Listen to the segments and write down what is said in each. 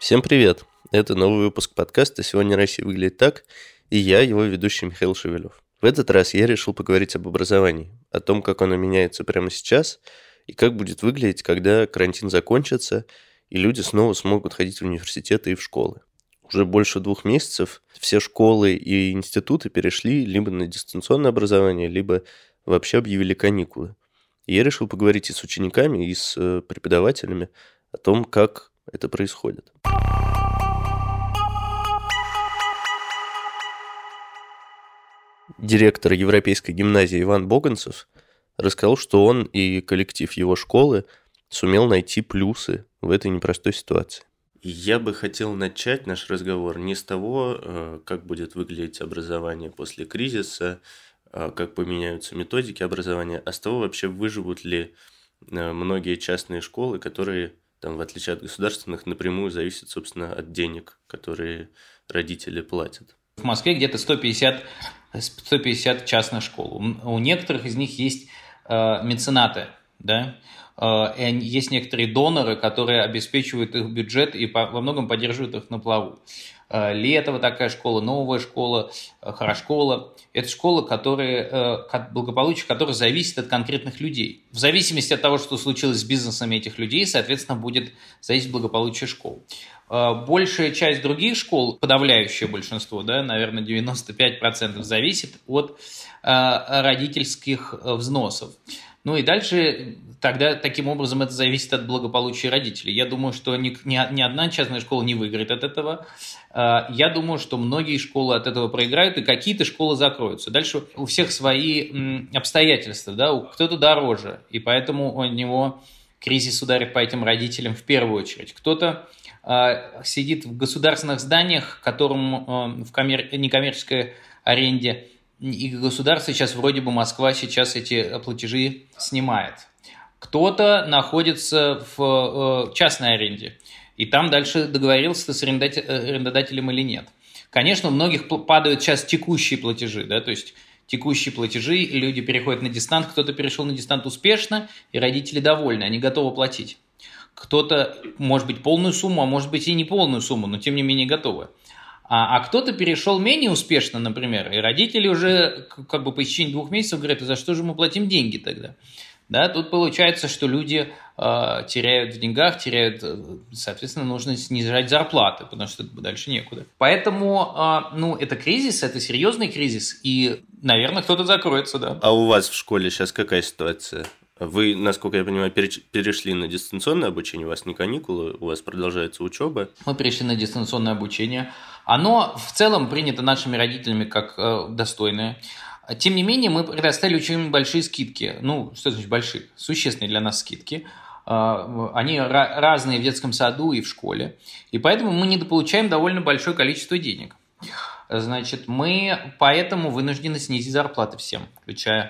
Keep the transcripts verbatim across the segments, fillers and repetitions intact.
Всем привет! Это новый выпуск подкаста «Сегодня Россия выглядит так», и я, его ведущий Михаил Шевелев. В этот раз я решил поговорить об образовании, о том, как оно меняется прямо сейчас, и как будет выглядеть, когда карантин закончится, и люди снова смогут ходить в университеты и в школы. Уже больше двух месяцев все школы и институты перешли либо на дистанционное образование, либо вообще объявили каникулы. И я решил поговорить и с учениками, и с преподавателями о том, как это происходит. Директор Европейской гимназии Иван Боганцев рассказал, что он и коллектив его школы сумел найти плюсы в этой непростой ситуации. Я бы хотел начать наш разговор не с того, как будет выглядеть образование после кризиса, как поменяются методики образования, а с того вообще, выживут ли многие частные школы, которые, там, в отличие от государственных, напрямую зависят, собственно, от денег, которые родители платят. В Москве где-то сто пятьдесят, сто пятьдесят частных школ. У некоторых из них есть э, меценаты, да? э, есть некоторые доноры, которые обеспечивают их бюджет и по, во многом поддерживают их на плаву. Э, Летово такая школа, Новая школа, э, Хорошкола. Это школы, которые, э, благополучие которых зависит от конкретных людей. В зависимости от того, что случилось с бизнесами этих людей, соответственно, будет зависеть благополучие школ. Большая часть других школ, подавляющее большинство, да, наверное, девяносто пять процентов зависит от э, родительских взносов. Ну и дальше тогда таким образом это зависит от благополучия родителей. Я думаю, что ни, ни, ни одна частная школа не выиграет от этого. Э, я думаю, что многие школы от этого проиграют, и какие-то школы закроются. Дальше у всех свои м, обстоятельства, да, кто-то дороже, и поэтому у него кризис ударит по этим родителям в первую очередь. Кто-то сидит в государственных зданиях, которым в коммер... некоммерческой аренде, и государство сейчас, вроде бы Москва сейчас эти платежи снимает. Кто-то находится в частной аренде, и там дальше договорился с арендодателем или нет. Конечно, у многих падают сейчас текущие платежи, да, то есть текущие платежи, и люди переходят на дистант, кто-то перешел на дистант успешно, и родители довольны, они готовы платить. Кто-то, может быть, полную сумму, а может быть и не полную сумму, но тем не менее готовы. А, а кто-то перешел менее успешно, например, и родители уже как бы по истечении двух месяцев говорят: а за что же мы платим деньги тогда? Да, тут получается, что люди э, теряют в деньгах, теряют, соответственно, нужно снижать зарплаты, потому что дальше некуда. Поэтому, э, ну, это кризис, это серьезный кризис, и, наверное, кто-то закроется, да. А у вас в школе сейчас какая ситуация? Вы, насколько я понимаю, перешли на дистанционное обучение, у вас не каникулы, у вас продолжается учеба. Мы перешли на дистанционное обучение. Оно в целом принято нашими родителями как э, достойное. Тем не менее, мы предоставили очень большие скидки. Ну, что значит большие? Существенные для нас скидки. Э, они ra- разные в детском саду и в школе. И поэтому мы недополучаем довольно большое количество денег. Значит, мы поэтому вынуждены снизить зарплаты всем, включая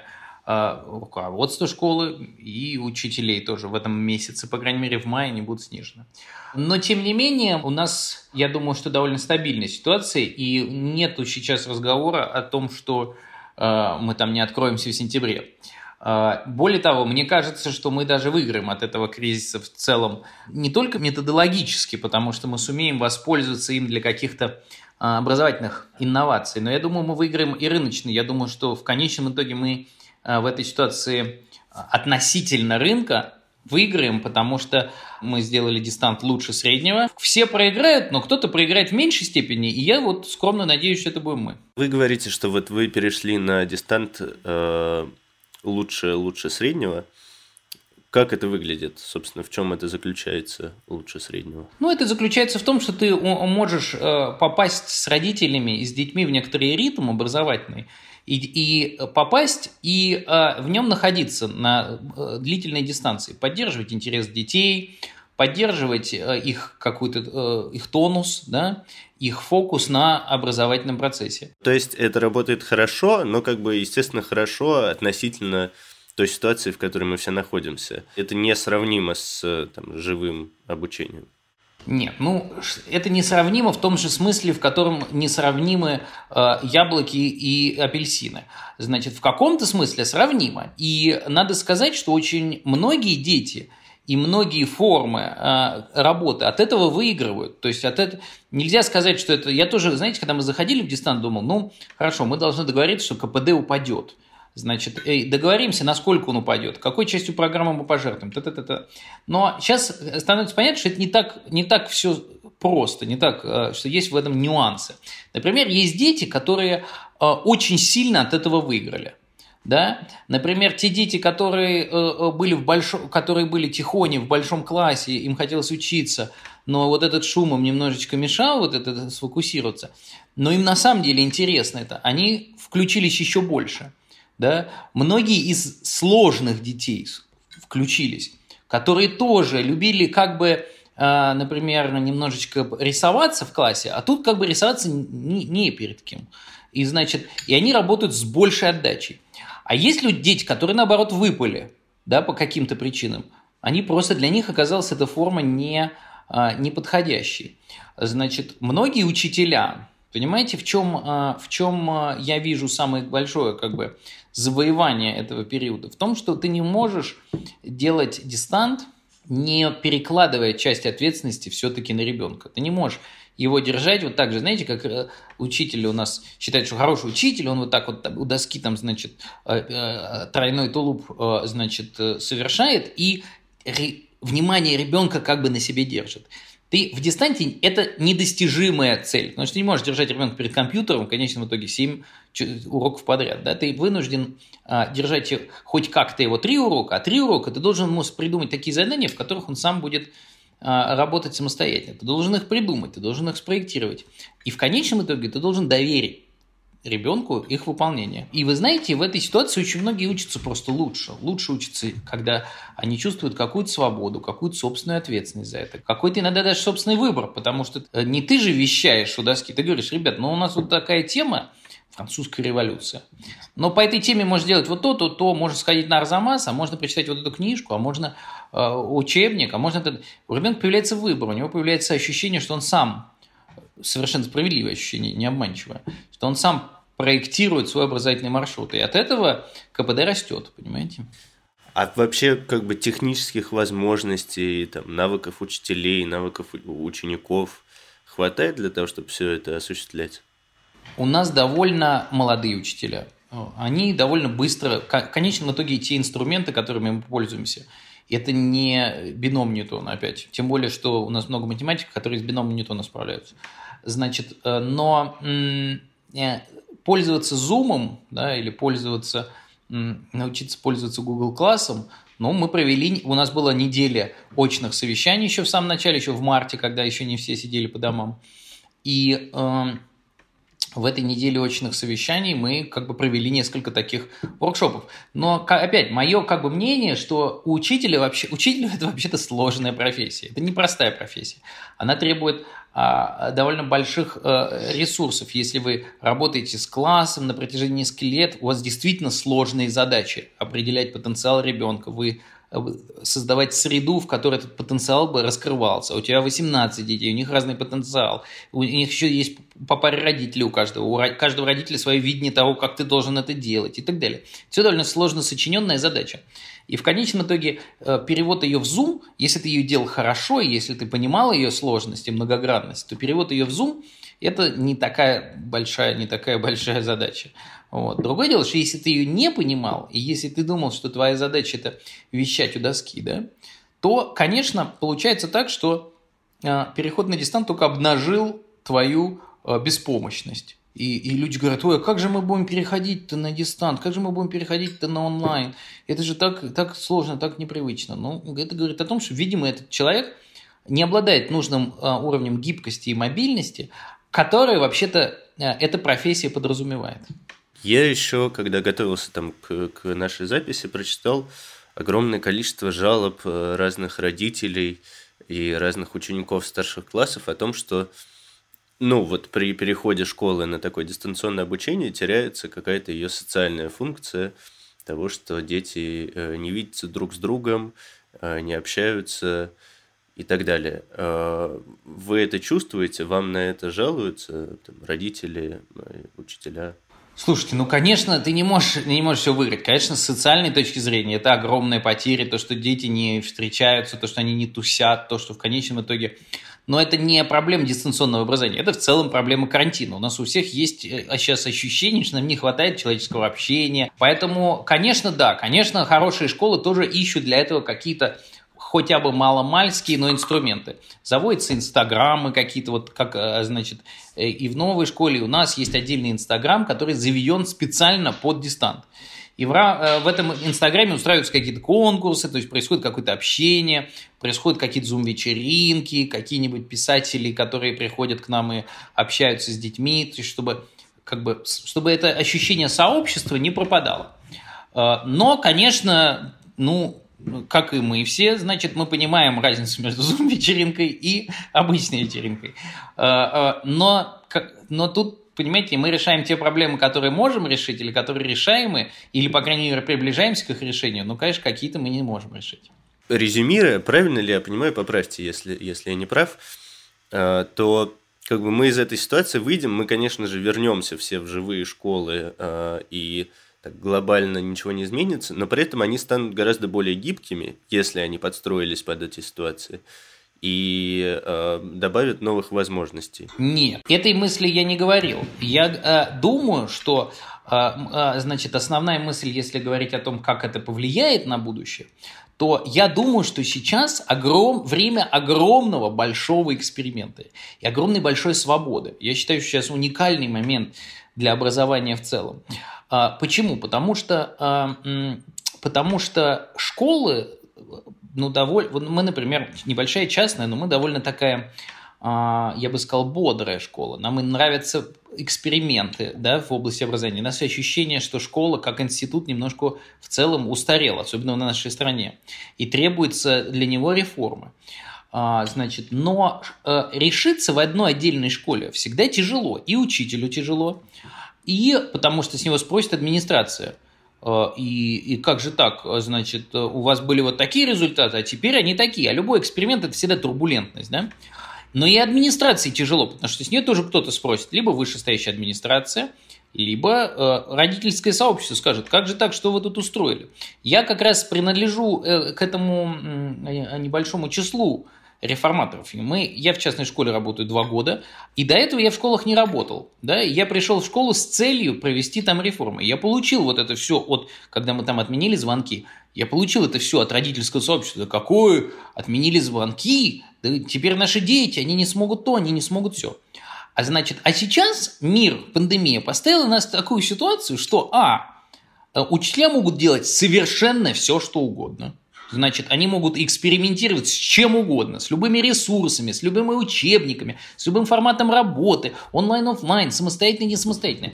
руководство школы и учителей тоже в этом месяце, по крайней мере, в мае они будут снижены. Но, тем не менее, у нас, я думаю, что довольно стабильная ситуация, и нет сейчас разговора о том, что э, мы там не откроемся в сентябре. Э, более того, мне кажется, что мы даже выиграем от этого кризиса в целом не только методологически, потому что мы сумеем воспользоваться им для каких-то э, образовательных инноваций, но я думаю, мы выиграем и рыночно. Я думаю, что в конечном итоге мы в этой ситуации относительно рынка выиграем, потому что мы сделали дистант лучше среднего. Все проиграют, но кто-то проиграет в меньшей степени, и я вот скромно надеюсь, что это будем мы. Вы говорите, что вот вы перешли на дистант э, лучше, лучше среднего. Как это выглядит? Собственно, в чем это заключается лучше среднего? Ну, это заключается в том, что ты можешь попасть с родителями и с детьми в некоторый ритм образовательный, И, и попасть, и э, в нем находиться на э, длительной дистанции, поддерживать интерес детей, поддерживать э, их какой-то э, их тонус, да, их фокус на образовательном процессе. То есть это работает хорошо, но как бы, естественно, хорошо относительно той ситуации, в которой мы все находимся. Это несравнимо с там, живым обучением. Нет, ну, это несравнимо в том же смысле, в котором несравнимы э, яблоки и апельсины. Значит, в каком-то смысле сравнимо. И надо сказать, что очень многие дети и многие формы э, работы от этого выигрывают. То есть от этого нельзя сказать, что это... Я тоже, знаете, когда мы заходили в дистант, думал, ну, хорошо, мы должны договориться, что ка пэ дэ упадет. Значит, эй, договоримся, насколько он упадет, какой частью программы мы пожертвуем. Та-та-та-та. Но сейчас становится понятно, что это не так, не так все просто, не так, что есть в этом нюансы. Например, есть дети, которые очень сильно от этого выиграли. Да? Например, те дети, которые были, в большом, которые были тихони в большом классе, им хотелось учиться, но вот этот шум им немножечко мешал вот это сфокусироваться, но им на самом деле интересно это, они включились еще больше. Да? Многие из сложных детей включились, которые тоже любили как бы, например, немножечко рисоваться в классе, а тут как бы рисоваться не, не перед кем. И, значит, и они работают с большей отдачей. А есть люди, дети, которые, наоборот, выпали, да, по каким-то причинам. Они просто, для них оказалась эта форма не, не подходящей. Значит, многие учителя, понимаете, в чем, в чем я вижу самое большое как бы завоевание этого периода? В том, что ты не можешь делать дистант, не перекладывая часть ответственности все-таки на ребенка. Ты не можешь его держать вот так же, знаете, как учитель у нас считает, что хороший учитель, он вот так вот у доски там, значит, тройной тулуп, значит, совершает и внимание ребенка как бы на себе держит. Ты в дистанте – это недостижимая цель, потому что ты не можешь держать ребенка перед компьютером в конечном итоге семь уроков подряд. Да? Ты вынужден а, держать хоть как-то его три урока, а три урока ты должен ему придумать такие задания, в которых он сам будет а, работать самостоятельно. Ты должен их придумать, ты должен их спроектировать. И в конечном итоге ты должен доверить ребенку их выполнение. И вы знаете, в этой ситуации очень многие учатся просто лучше. Лучше учатся, когда они чувствуют какую-то свободу, какую-то собственную ответственность за это. Какой-то иногда даже собственный выбор, потому что не ты же вещаешь у доски, ты говоришь, ребят, ну у нас вот такая тема, французская революция. Но по этой теме можно делать вот то, то, то, можно сходить на Арзамас, а можно прочитать вот эту книжку, а можно э, учебник, а можно... Это... У ребенка появляется выбор, у него появляется ощущение, что он сам, совершенно справедливое ощущение, не обманчивое, что он сам проектирует свой образовательный маршрут. И от этого ка пэ дэ растет, понимаете? А вообще как бы технических возможностей, там, навыков учителей, навыков учеников хватает для того, чтобы все это осуществлять? У нас довольно молодые учителя. Они довольно быстро, в конечном итоге те инструменты, которыми мы пользуемся, это не бином Ньютона опять. Тем более, что у нас много математиков, которые с биномом Ньютона справляются. Значит, но пользоваться Zoom, да, или пользоваться, научиться пользоваться Google классом, ну, мы провели, у нас была неделя очных совещаний еще в самом начале, еще в марте, когда еще не все сидели по домам. И э, в этой неделе очных совещаний мы как бы провели несколько таких воркшопов. Но, опять, мое как бы мнение, что у учителя вообще, учителю это вообще-то сложная профессия. Это непростая профессия. Она требует а, довольно больших а, ресурсов. Если вы работаете с классом на протяжении нескольких лет, у вас действительно сложные задачи. Определять потенциал ребенка, вы создавать среду, в которой этот потенциал бы раскрывался. У тебя восемнадцать детей, у них разный потенциал. У них еще есть по паре родителей у каждого. У каждого родителя свое видение того, как ты должен это делать и так далее. Все довольно сложно сочиненная задача. И в конечном итоге перевод ее в Zoom, если ты ее делал хорошо, если ты понимал ее сложность и многогранность, то перевод ее в Zoom – это не такая большая, не такая большая задача. Вот. Другое дело, что если ты ее не понимал, и если ты думал, что твоя задача – это вещать у доски, да, то, конечно, получается так, что э, переход на дистант только обнажил твою э, беспомощность. И, и люди говорят, ой, а как же мы будем переходить-то на дистант, как же мы будем переходить-то на онлайн? Это же так, так сложно, так непривычно. Ну, это говорит о том, что, видимо, этот человек не обладает нужным э, уровнем гибкости и мобильности, который, вообще-то, э, эта профессия подразумевает. Я еще, когда готовился там к, к нашей записи, прочитал огромное количество жалоб разных родителей и разных учеников старших классов о том, что ну, вот при переходе школы на такое дистанционное обучение теряется какая-то ее социальная функция того, что дети не видятся друг с другом, не общаются и так далее. Вы это чувствуете? Вам на это жалуются там, родители, учителя? Слушайте, ну, конечно, ты не можешь, не можешь все выиграть. Конечно, с социальной точки зрения это огромная потеря, то, что дети не встречаются, то, что они не тусят, то, что в конечном итоге... Но это не проблема дистанционного образования, это в целом проблема карантина. У нас у всех есть сейчас ощущение, что нам не хватает человеческого общения. Поэтому, конечно, да, конечно, хорошие школы тоже ищут для этого какие-то хотя бы маломальские, но инструменты. Заводятся инстаграмы какие-то, вот как, значит, и в новой школе у нас есть отдельный инстаграм, который заведен специально под дистант. И в, в этом инстаграме устраиваются какие-то конкурсы, то есть происходит какое-то общение, происходят какие-то зум-вечеринки, какие-нибудь писатели, которые приходят к нам и общаются с детьми, то есть чтобы, как бы, чтобы это ощущение сообщества не пропадало. Но, конечно, ну... как и мы все, значит, мы понимаем разницу между зум-вечеринкой и обычной вечеринкой. Но, но тут, понимаете, мы решаем те проблемы, которые можем решить, или которые решаемы, или, по крайней мере, приближаемся к их решению, но, конечно, какие-то мы не можем решить. Резюмируя, правильно ли я понимаю, поправьте, если, если я не прав, то как бы мы из этой ситуации выйдем, мы, конечно же, вернемся все в живые школы и... так глобально ничего не изменится, но при этом они станут гораздо более гибкими, если они подстроились под эти ситуации, и э, добавят новых возможностей. Нет, этой мысли я не говорил. Я э, думаю, что э, э, значит, основная мысль, если говорить о том, как это повлияет на будущее, то я думаю, что сейчас огром... время огромного большого эксперимента и огромной большой свободы. Я считаю, что сейчас уникальный момент для образования в целом. Почему? Потому что, потому что школы, ну, довольно... Мы, например, небольшая частная, но мы довольно такая, я бы сказал, бодрая школа. Нам и нравятся эксперименты, да, в области образования. У нас ощущение, что школа как институт немножко в целом устарела, особенно в нашей стране, и требуется для него реформы. Значит, но решиться в одной отдельной школе всегда тяжело, и учителю тяжело, и потому что с него спросит администрация. И, и как же так, значит, у вас были вот такие результаты, а теперь они такие. А любой эксперимент – это всегда турбулентность, да? Но и администрации тяжело, потому что с нее тоже кто-то спросит. Либо вышестоящая администрация, либо э, родительское сообщество скажет, как же так, что вы тут устроили. Я как раз принадлежу э, к этому э, небольшому числу реформаторов. Мы, я в частной школе работаю два года, и до этого я в школах не работал. Да? Я пришел в школу с целью провести там реформы. Я получил вот это все, от, когда мы там отменили звонки, я получил это все от родительского сообщества. Да какое? Отменили звонки? Да теперь наши дети, они не смогут то, они не смогут все. А значит, а сейчас мир, пандемия поставила нас в такую ситуацию, что а, учителя могут делать совершенно все, что угодно. Значит, они могут экспериментировать с чем угодно, с любыми ресурсами, с любыми учебниками, с любым форматом работы, онлайн-офлайн, самостоятельно, не самостоятельно.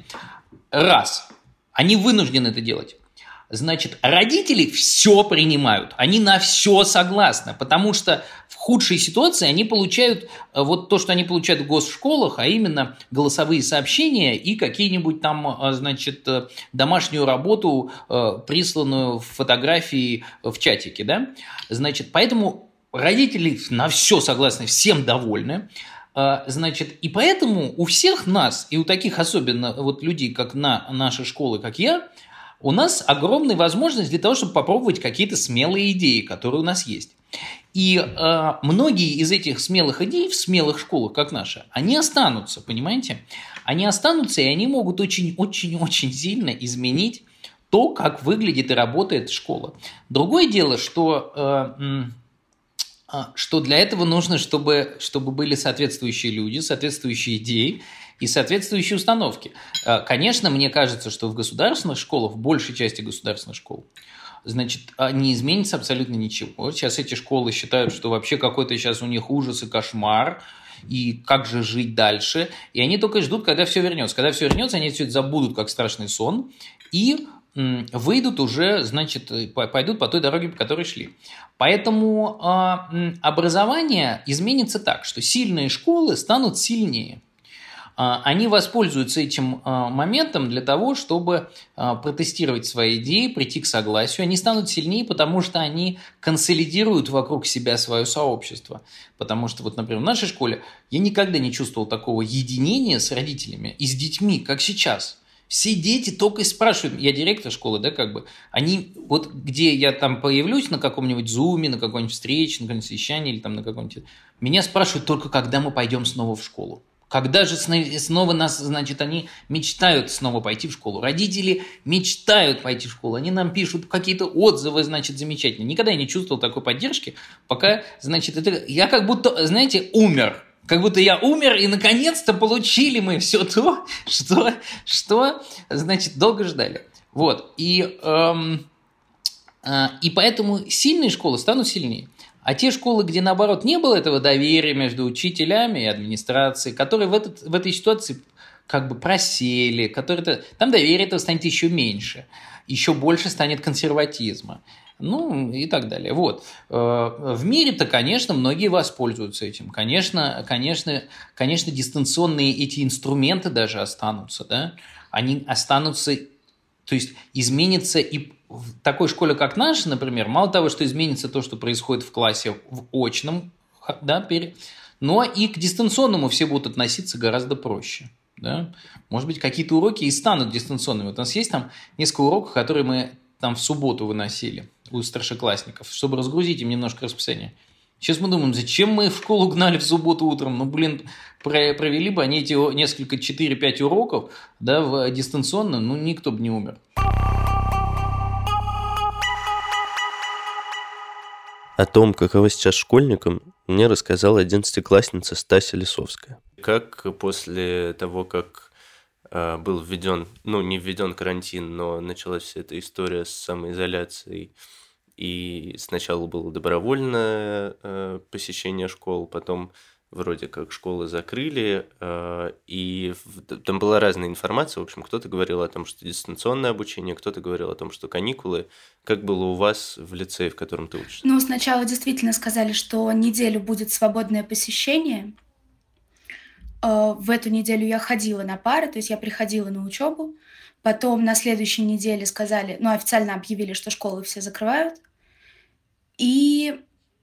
Раз. Они вынуждены это делать. Значит, родители все принимают, они на все согласны, потому что в худшей ситуации они получают вот то, что они получают в госшколах, а именно голосовые сообщения и какие-нибудь там, значит, домашнюю работу, присланную в фотографии в чатике, да? Значит, поэтому родители на все согласны, всем довольны. Значит, и поэтому у всех нас, и у таких особенно вот людей, как на наши школы, как я, у нас огромная возможность для того, чтобы попробовать какие-то смелые идеи, которые у нас есть. И э, многие из этих смелых идей в смелых школах, как наша, они останутся, понимаете? Они останутся, и они могут очень-очень-очень сильно изменить то, как выглядит и работает школа. Другое дело, что, э, э, что для этого нужно, чтобы, чтобы были соответствующие люди, соответствующие идеи, и соответствующие установки. Конечно, мне кажется, что в государственных школах, в большей части государственных школ, значит, не изменится абсолютно ничего. Вот сейчас эти школы считают, что вообще какой-то сейчас у них ужас и кошмар, и как же жить дальше. И они только ждут, когда все вернется. Когда все вернется, они все это забудут, как страшный сон, и выйдут уже, значит, пойдут по той дороге, по которой шли. Поэтому образование изменится так, что сильные школы станут сильнее. Они воспользуются этим моментом для того, чтобы протестировать свои идеи, прийти к согласию. Они станут сильнее, потому что они консолидируют вокруг себя свое сообщество. Потому что, вот, например, в нашей школе я никогда не чувствовал такого единения с родителями и с детьми, как сейчас. Все дети только и спрашивают, я директор школы, да, как бы, они, вот где я там появлюсь на каком-нибудь зуме, на какой-нибудь встрече, на каком-нибудь совещании или там на каком-нибудь, меня спрашивают только, когда мы пойдем снова в школу. Когда же снова нас, значит, они мечтают снова пойти в школу. Родители мечтают пойти в школу. Они нам пишут какие-то отзывы, значит, замечательные. Никогда я не чувствовал такой поддержки, пока, значит, это... я как будто, знаете, умер. Как будто я умер, и наконец-то получили мы все то, что, что значит, долго ждали. Вот. И, эм, э, и поэтому сильные школы станут сильнее. А те школы, где, наоборот, не было этого доверия между учителями и администрацией, которые в, этот, в этой ситуации как бы просели, которые, там доверие этого станет еще меньше, еще больше станет консерватизма. Ну, и так далее. Вот. В мире-то, конечно, многие воспользуются этим. Конечно, конечно, конечно, дистанционные эти инструменты даже останутся, да? Они останутся, то есть изменится и в такой школе, как наша, например, мало того, что изменится то, что происходит в классе в очном, да, но и к дистанционному все будут относиться гораздо проще. Да? Может быть, какие-то уроки и станут дистанционными. Вот у нас есть там несколько уроков, которые мы там в субботу выносили у старшеклассников, чтобы разгрузить им немножко расписание. Сейчас мы думаем, зачем мы в школу гнали в субботу утром? Ну, блин, провели бы они эти несколько, четыре-пять уроков, да, в дистанционно, ну, никто бы не умер. О том, каково сейчас школьникам, мне рассказала одиннадцатиклассница Стася Лисовская. Как после того, как э, был введен, ну, не введен карантин, но началась вся эта история с самоизоляцией, и сначала было добровольное э, посещение школ, потом вроде как школы закрыли, э, и в, там была разная информация. В общем, кто-то говорил о том, что дистанционное обучение, кто-то говорил о том, что каникулы. Как было у вас в лицее, в котором ты учишься? Ну, сначала действительно сказали, что неделю будет свободное посещение. Э, в эту неделю я ходила на пары, то есть я приходила на учебу. Потом на следующей неделе сказали, ну, официально объявили, что школы все закрывают. И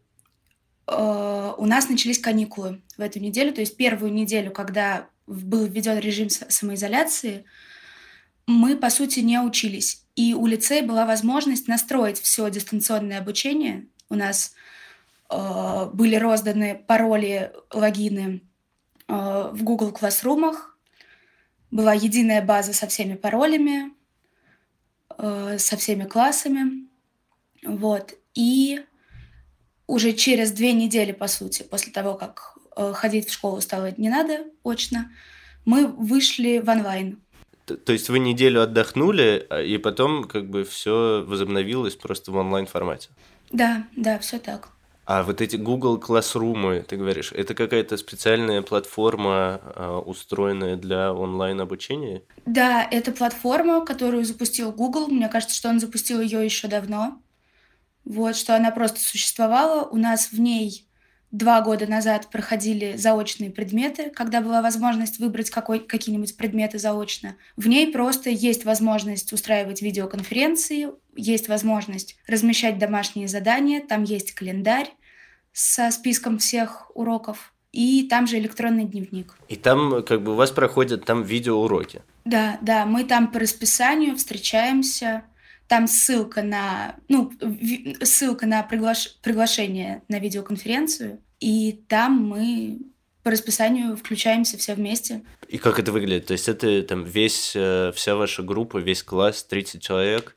э, у нас начались каникулы в эту неделю. То есть первую неделю, когда был введен режим самоизоляции, мы, по сути, не учились. И у лицея была возможность настроить все дистанционное обучение. У нас э, были розданы пароли, логины э, в Google Classroom. Была единая база со всеми паролями, э, со всеми классами. Вот. И уже через две недели, по сути, после того, как э, ходить в школу стало не надо очно, мы вышли в онлайн. То, то есть вы неделю отдохнули, и потом как бы все возобновилось просто в онлайн-формате? Да, да, все так. А вот эти Google Classroom, ты говоришь, это какая-то специальная платформа, э, устроенная для онлайн-обучения? Да, это платформа, которую запустил Google. Мне кажется, что он запустил ее еще давно. Вот, что она просто существовала. У нас в ней два года назад проходили заочные предметы, когда была возможность выбрать какой, какие-нибудь предметы заочно. В ней просто есть возможность устраивать видеоконференции, есть возможность размещать домашние задания, там есть календарь со списком всех уроков, и там же электронный дневник. И там как бы у вас проходят там видеоуроки? Да, да, мы там по расписанию встречаемся. Там ссылка на, ну, ссылка на приглаш... приглашение на видеоконференцию, и там мы по расписанию включаемся все вместе. И как это выглядит? То есть это там весь, вся ваша группа, весь класс, тридцать человек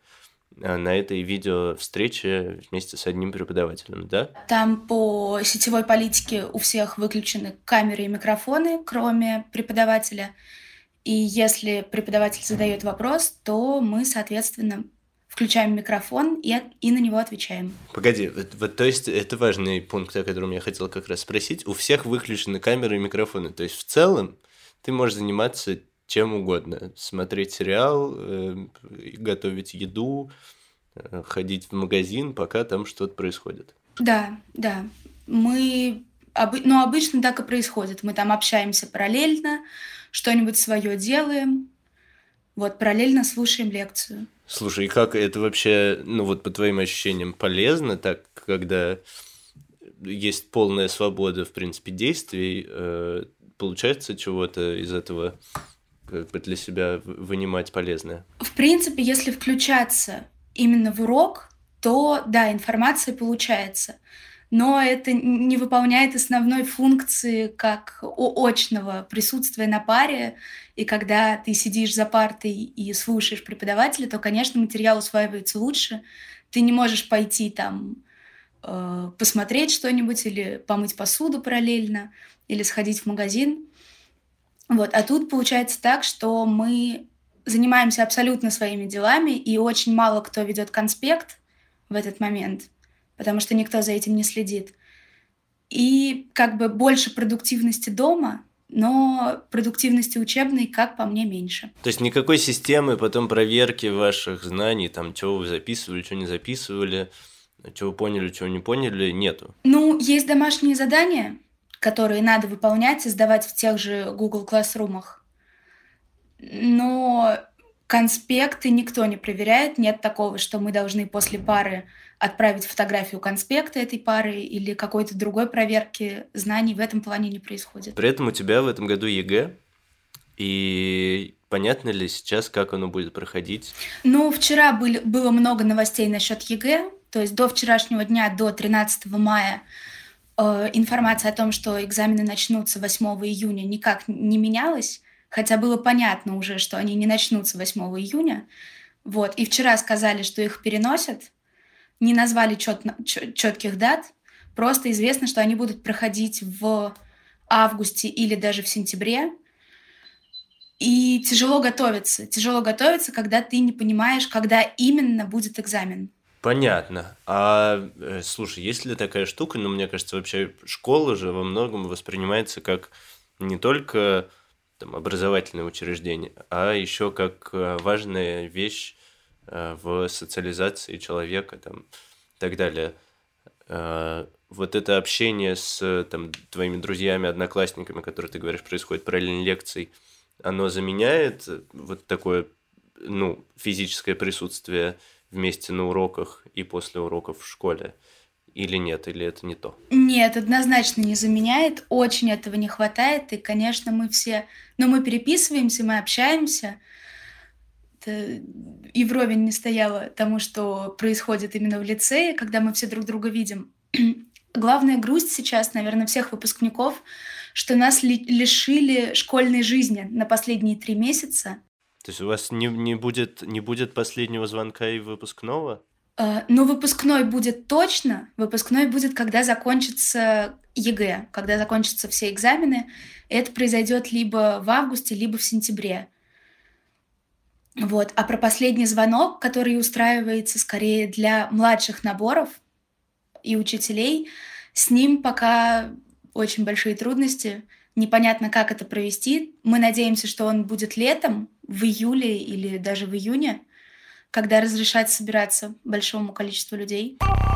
на этой видеовстрече вместе с одним преподавателем, да? Там по сетевой политике у всех выключены камеры и микрофоны, кроме преподавателя. И если преподаватель задает вопрос, то мы, соответственно, включаем микрофон и, от, и на него отвечаем. Погоди, вот, вот, то есть это важный пункт, о котором я хотел как раз спросить. У всех выключены камеры и микрофоны. То есть в целом ты можешь заниматься чем угодно. Смотреть сериал, э, готовить еду, э, ходить в магазин, пока там что-то происходит. Да, да. Мы... Ну, обычно так и происходит. Мы там общаемся параллельно, что-нибудь свое делаем. Вот, параллельно слушаем лекцию. Слушай, и как это вообще, ну вот по твоим ощущениям, полезно так, когда есть полная свобода, в принципе, действий, э, получается чего-то из этого как бы для себя вынимать полезное? В принципе, если включаться именно в урок, то да, информация получается. Но это не выполняет основной функции как очного присутствия на паре. И когда ты сидишь за партой и слушаешь преподавателя, то, конечно, материал усваивается лучше. Ты не можешь пойти там э, посмотреть что-нибудь или помыть посуду параллельно, или сходить в магазин. Вот. А тут получается так, что мы занимаемся абсолютно своими делами, и очень мало кто ведет конспект в этот момент, потому что никто за этим не следит. И как бы больше продуктивности дома, но продуктивности учебной, как по мне, меньше. То есть никакой системы потом проверки ваших знаний, там, что вы записывали, что не записывали, что вы поняли, что не поняли, нету? Ну, есть домашние задания, которые надо выполнять и сдавать в тех же Google Classroom. Но конспекты никто не проверяет. Нет такого, что мы должны после пары отправить фотографию конспекта этой пары или какой-то другой проверки знаний. В этом плане не происходит. При этом у тебя в этом году ЕГЭ. И понятно ли сейчас, как оно будет проходить? Ну, вчера были, было много новостей насчет ЕГЭ. То есть до вчерашнего дня, до тринадцатого мая, э, информация о том, что экзамены начнутся восьмого июня, никак не менялась. Хотя было понятно уже, что они не начнутся восьмого июня. Вот. И вчера сказали, что их переносят. Не назвали чет, чет, четких дат. Просто известно, что они будут проходить в августе или даже в сентябре. И тяжело готовиться. Тяжело готовиться, когда ты не понимаешь, когда именно будет экзамен. Понятно. А, э, слушай, есть ли такая штука, ну, мне кажется, вообще школа же во многом воспринимается как не только там, образовательное учреждение, а еще как важная вещь э, в социализации человека там, и так далее. Э, вот это общение с там, твоими друзьями, одноклассниками, которые, ты говоришь, происходит параллельно лекций, оно заменяет вот такое ну, физическое присутствие вместе на уроках и после уроков в школе? Или нет, или это не то? Нет, однозначно не заменяет. Очень этого не хватает. И, конечно, мы все... Но мы переписываемся, мы общаемся. Это и вровень не стояло тому, что происходит именно в лицее, когда мы все друг друга видим. Главная грусть сейчас, наверное, всех выпускников, что нас ли- лишили школьной жизни на последние три месяца. То есть у вас не, не, будет, не будет последнего звонка и выпускного? Uh, ну, выпускной будет точно. Выпускной будет, когда закончится ЕГЭ, когда закончатся все экзамены. Это произойдет либо в августе, либо в сентябре. Вот. А про последний звонок, который устраивается скорее для младших наборов и учителей, с ним пока очень большие трудности. Непонятно, как это провести. Мы надеемся, что он будет летом, в июле или даже в июне, когда разрешат собираться большому количеству людей.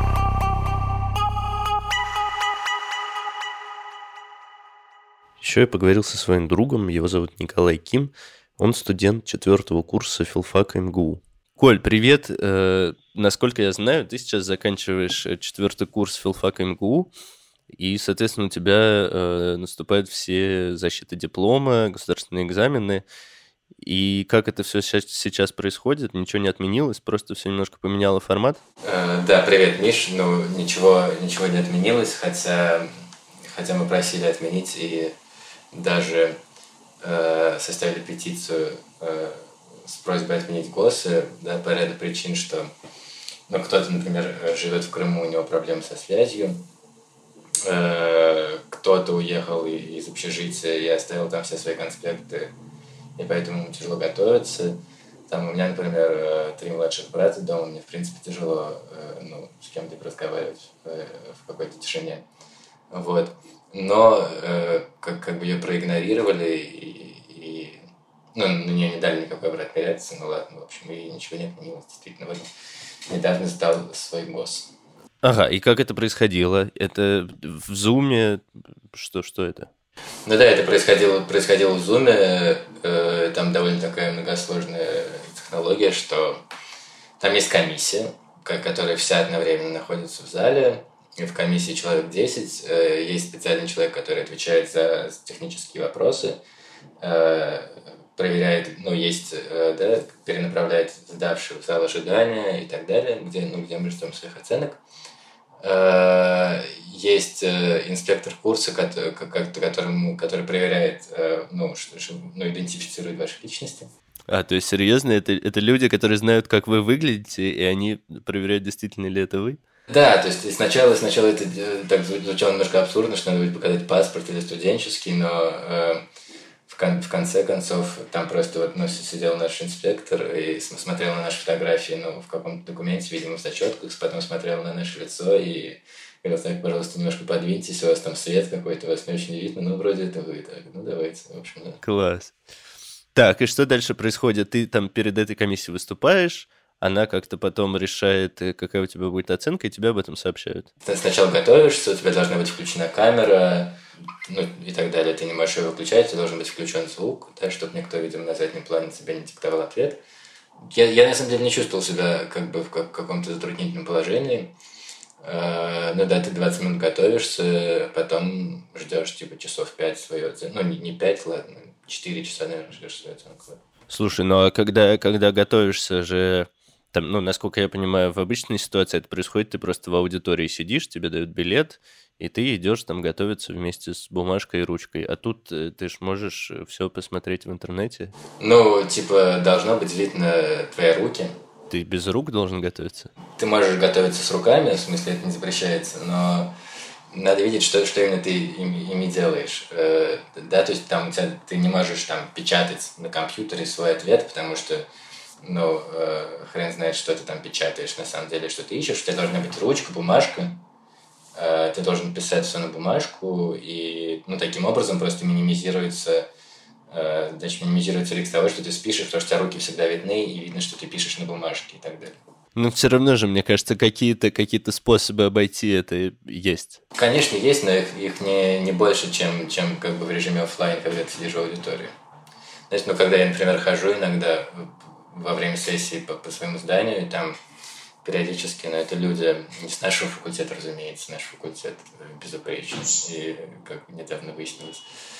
Еще я поговорил со своим другом, его зовут Николай Ким, он студент четвертого курса филфака эм гэ у. Коль, привет! Э, насколько я знаю, ты сейчас заканчиваешь четвертый курс филфака эм гэ у, и, соответственно, у тебя э, наступают все защиты диплома, государственные экзамены. И как это все сейчас происходит? Ничего не отменилось, просто все немножко поменяло формат? Э, да, привет, Миш. Ну, ничего, ничего не отменилось, хотя, хотя мы просили отменить и даже э, составили петицию э, с просьбой отменить ГОСы, да, по ряду причин, что ну, кто-то, например, живет в Крыму, у него проблемы со связью, э, кто-то уехал из общежития и оставил там все свои конспекты, и поэтому ему тяжело готовиться. Там у меня, например, три младших брата дома, мне, в принципе, тяжело ну, с кем-то разговаривать в какой-то тишине. Вот. Но как, как бы ее проигнорировали и, и ну, мне не дали никакой обратной реакции. Ну ладно, в общем, и ничего не отменилось. Действительно, вот недавно сдал свой ГОС. Ага, и как это происходило? Это в Зуме? Что, что это? Ну да, это происходило, происходило в Zoom, э, там довольно такая многосложная технология, что там есть комиссия, которая вся одновременно находится в зале, и в комиссии человек десять, э, есть специальный человек, который отвечает за технические вопросы, э, проверяет, ну, есть, да, перенаправляет сдавших в зал ожидания и так далее, где, ну, где мы ждем своих оценок. Есть инспектор курса, который, который, который проверяет, ну, что, ну, идентифицирует ваши личности. А, то есть, серьезно, это, это люди, которые знают, как вы выглядите, и они проверяют, действительно ли это вы? Да, то есть сначала, сначала это так звучало немножко абсурдно, что надо будет показать паспорт или студенческий, но э, в, кон- в конце концов там просто вот, ну, сидел наш инспектор и смотрел на наши фотографии, ну, в каком-то документе, видимо, в зачетках, потом смотрел на наше лицо и говорил: так, пожалуйста, немножко подвиньтесь, у вас там свет какой-то, вас не очень видно, ну, вроде это вы, так, ну, давайте, в общем, да. Класс. Так, и что дальше происходит? Ты там перед этой комиссией выступаешь, она как-то потом решает, какая у тебя будет оценка, и тебе об этом сообщают. Ты сначала готовишься, у тебя должна быть включена камера, ну, и так далее. Ты не можешь ее выключать, у тебя должен быть включен звук, да, чтобы никто, видимо, на заднем плане тебе не диктовал ответ. Я, я на самом деле не чувствовал себя как бы в как- каком-то затруднительном положении. Э, ну да, ты двадцать минут готовишься, потом ждешь типа часов пять свою оценку. Ну, не, не пять, ладно, четыре часа, наверное, ждешь свою оценку. Слушай, ну а когда, когда готовишься же, там, ну, насколько я понимаю, в обычной ситуации это происходит, ты просто в аудитории сидишь, тебе дают билет, и ты идешь там готовиться вместе с бумажкой и ручкой. А тут э, ты ж можешь все посмотреть в интернете. Ну, типа, должно быть видно твои руки. Ты без рук должен готовиться? Ты можешь готовиться с руками, в смысле это не запрещается, но надо видеть, что, что именно ты ими, ими делаешь. Э, да, то есть там у тебя, ты не можешь там печатать на компьютере свой ответ, потому что, ну, э, хрен знает, что ты там печатаешь на самом деле, что ты ищешь. У тебя должна быть ручка, бумажка. Э, ты должен писать все на бумажку, и, ну, таким образом просто минимизируется, э, значит, минимизируется риск того, что ты спишешь, потому что у тебя руки всегда видны, и видно, что ты пишешь на бумажке и так далее. Ну, все равно же, мне кажется, какие-то, какие-то способы обойти это есть. Конечно, есть, но их, их не, не больше, чем, чем как бы в режиме офлайн, когда ты сидишь в аудитории. Знаешь, ну, когда я, например, хожу иногда во время сессии по, по своему зданию, и там периодически, но это люди не с нашего факультета, разумеется, наш факультет безупречный, и как недавно выяснилось.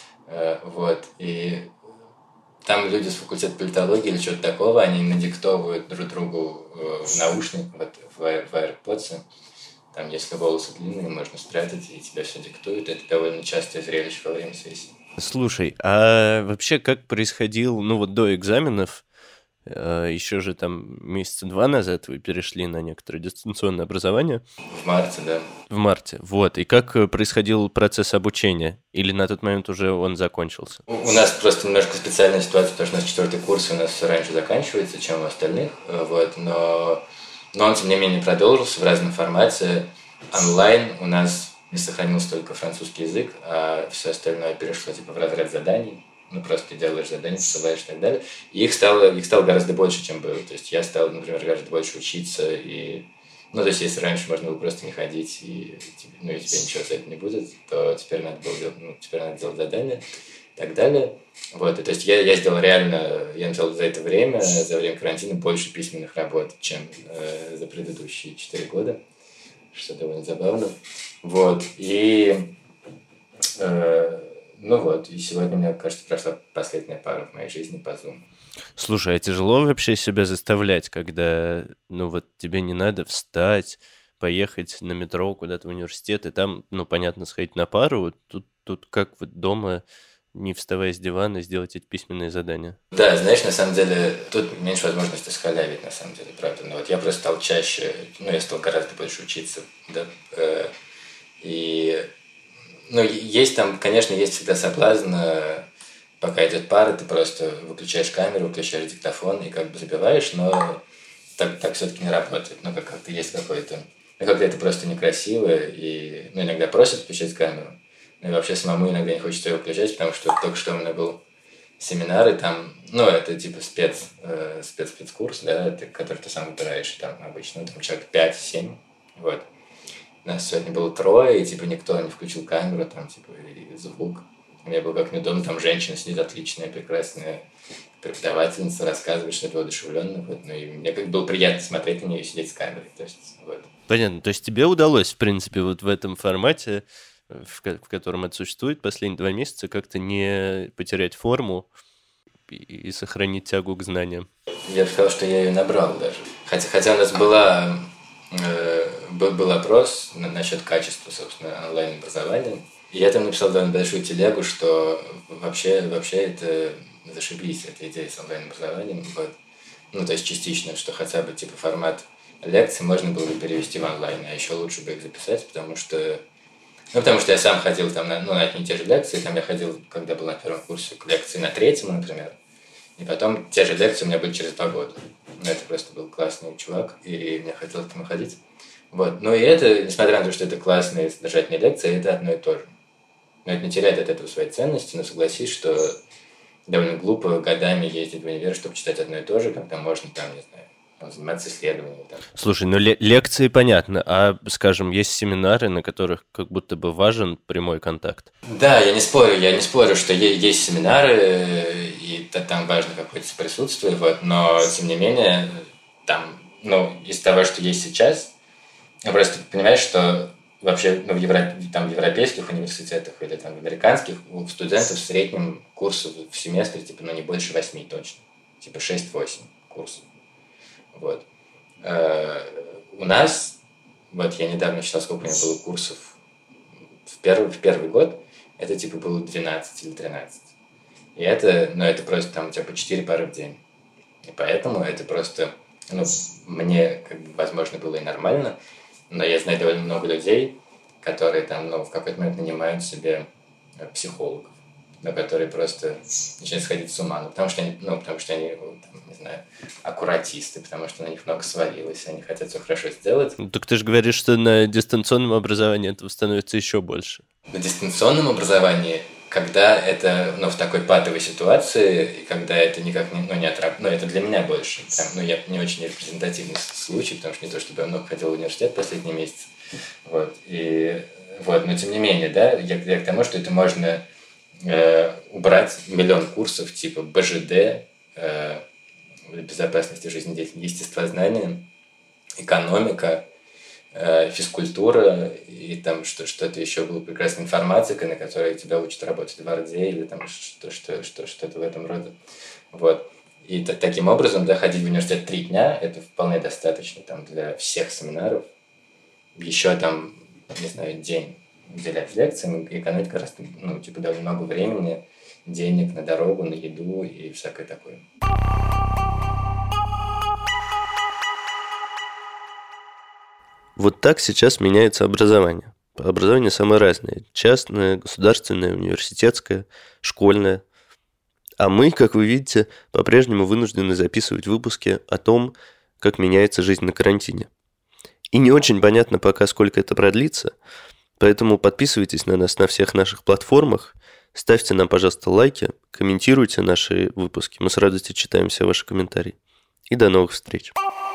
Вот, и там люди с факультета политологии или чего-то такого, они надиктовывают друг другу в наушник, вот, в, в AirPods. Там, если волосы длинные, можно спрятать, и тебя все диктуют. Это довольно частое зрелище во время сессии. Слушай, а вообще как происходил, ну вот до экзаменов, э, еще же там месяца два назад вы перешли на некоторое дистанционное образование? В марте, да. В марте, вот. И как происходил процесс обучения? Или на тот момент уже он закончился? У, у нас просто немножко специальная ситуация, потому что у нас четвертый курс, и у нас все раньше заканчивается, чем у остальных. Вот, но, но он, тем не менее, продолжился в разном формате. Онлайн у нас не сохранился только французский язык, а все остальное перешло типа в разряд заданий. Ну, просто ты делаешь задания, посылаешь и так далее. И их стало, их стало гораздо больше, чем было. То есть я стал, например, гораздо больше учиться. И... Ну, то есть если раньше можно было просто не ходить, и, ну, и тебе ничего за это не будет, то теперь надо было делать, ну, теперь надо делать задания и так далее. Вот, и, то есть я, я сделал реально, я написал за это время, за время карантина, больше письменных работ, чем э, за предыдущие четыре года, что довольно забавно. Вот, и... Э, ну вот, и сегодня, мне кажется, прошла последняя пара в моей жизни по Zoom. Слушай, а тяжело вообще себя заставлять, когда, ну вот, тебе не надо встать, поехать на метро куда-то в университет, и там, ну, понятно, сходить на пару, вот тут, тут как вот дома, не вставая с дивана, сделать эти письменные задания? Да, знаешь, на самом деле, тут меньше возможности схалявить, на самом деле, правда. Но вот я просто стал чаще, ну, я стал гораздо больше учиться, да, э, и... Ну, есть там, конечно, есть всегда соблазн, пока идет пара, ты просто выключаешь камеру, выключаешь диктофон и как бы забиваешь, но так, так все-таки не работает. Ну, как- как-то есть какой-то... Ну, как-то это просто некрасиво, и ну, иногда просят включать камеру. Ну, и вообще самому иногда не хочется ее выключать, потому что только что у меня был семинар, и там, ну, это типа спец, э, спец, спецкурс, да, ты, который ты сам выбираешь, и там обычно ну, там человек пять-семь, вот. Нас сегодня было трое, и, типа, никто не включил камеру, там, типа, и звук. Мне было как неудобно, там женщина сидит отличная, прекрасная преподавательница, рассказывает, что это воодушевленно, вот, ну, и мне как бы было приятно смотреть на нее и сидеть с камерой, то есть, вот. Понятно, то есть тебе удалось, в принципе, вот в этом формате, в, ко- в котором это существует последние два месяца, как-то не потерять форму и сохранить тягу к знаниям? Я бы сказал, что я ее набрал даже. Хотя, хотя у нас была, э, был, был опрос насчет качества, собственно, онлайн-образования. И я там написал довольно большую телегу, что вообще, вообще это зашибись, эта идея с онлайн-образованием. Вот. Ну, то есть частично, что хотя бы типа формат лекций можно было бы перевести в онлайн, а еще лучше бы их записать, потому что Ну, потому что я сам ходил там на, ну, на одни и те же лекции. Там я ходил, когда был на первом курсе, к лекции на третьем, например. И потом те же лекции у меня были через два года. Ну, это просто был классный чувак, и мне хотелось к нему ходить. Вот. Ну, и это, несмотря на то, что это классные содержательные лекции, это одно и то же. Но это не теряет от этого своей ценности, но согласись, что довольно глупо годами ездить в универ, чтобы читать одно и то же, когда можно там, не знаю, заниматься исследованиями. Там. Слушай, ну ле- лекции понятно, а, скажем, есть семинары, на которых как будто бы важен прямой контакт. Да, я не спорю, я не спорю, что е- есть семинары, и т- там важно какое-то присутствие, вот, но, тем не менее, там, ну, из того, что есть сейчас, я просто понимаешь, что вообще ну, в, Евро... там, в европейских университетах или там, в американских у студентов в среднем курсов в семестре типа, ну, не больше восьми точно, типа шесть-восемь курсов. Вот. У нас, вот я недавно считал, сколько у меня было курсов в первый, в первый год, это типа было двенадцать или тринадцать. И это, ну это просто там у тебя по четыре пары в день. И поэтому это просто, ну, мне, как бы, возможно, было и нормально, но я знаю довольно много людей, которые там, ну, в какой-то момент нанимают себе психологов, но которые просто начинают сходить с ума, ну, потому что они, ну, потому что они, там, не знаю, аккуратисты, потому что на них много свалилось, они хотят все хорошо сделать. Ну, так ты же говоришь, что на дистанционном образовании этого становится еще больше. На дистанционном образовании, когда это, ну, в такой патовой ситуации, и когда это никак не, ну, не отработает, ну, это для меня больше, прям, ну, я не очень репрезентативный случай, потому что не то, чтобы я много ходил в университет последние месяцы, вот, и, вот, но тем не менее, да, я, я к тому, что это можно э, убрать миллион курсов типа бэ жэ дэ, э, безопасности жизнедеятельности, естествознания, экономика, физкультура и там что, что-то еще было прекрасная информатика, на которой тебя учат работать в Варде или там что, что, что, что-то в этом роде. Вот. И т- таким образом, да, ходить в университет три дня, это вполне достаточно там, для всех семинаров. Еще там, не знаю, день уделять лекциям и экономить как раз, ну, типа, довольно много времени, денег на дорогу, на еду и всякое такое. Вот так сейчас меняется образование. Образование самое разное. Частное, государственное, университетское, школьное. А мы, как вы видите, по-прежнему вынуждены записывать выпуски о том, как меняется жизнь на карантине. И не очень понятно пока, сколько это продлится, поэтому подписывайтесь на нас на всех наших платформах, ставьте нам, пожалуйста, лайки, комментируйте наши выпуски. Мы с радостью читаем все ваши комментарии. И до новых встреч!